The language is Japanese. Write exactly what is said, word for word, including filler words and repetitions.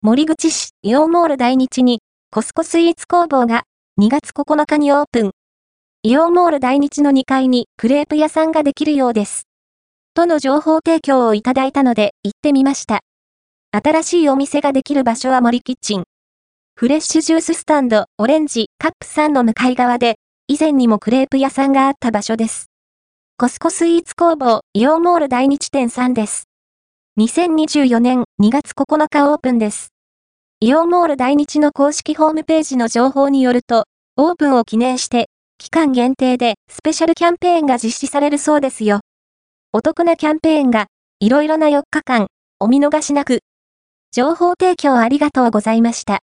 森口市イオンモール大日にコスコスイーツ工房がにがつここのかにオープン。イオンモール大日のにかいにクレープ屋さんができるようです。との情報提供をいただいたので行ってみました。新しいお店ができる場所は森キッチン。フレッシュジューススタンドオレンジカップさんの向かい側で、以前にもクレープ屋さんがあった場所です。コスコスイーツ工房イオンモール大日店さんです。にせんにじゅうよねんにがつここのかオープンです。イオンモール大日の公式ホームページの情報によると、オープンを記念して、期間限定でスペシャルキャンペーンが実施されるそうですよ。お得なキャンペーンが、いろいろなよっかかん、お見逃しなく。情報提供ありがとうございました。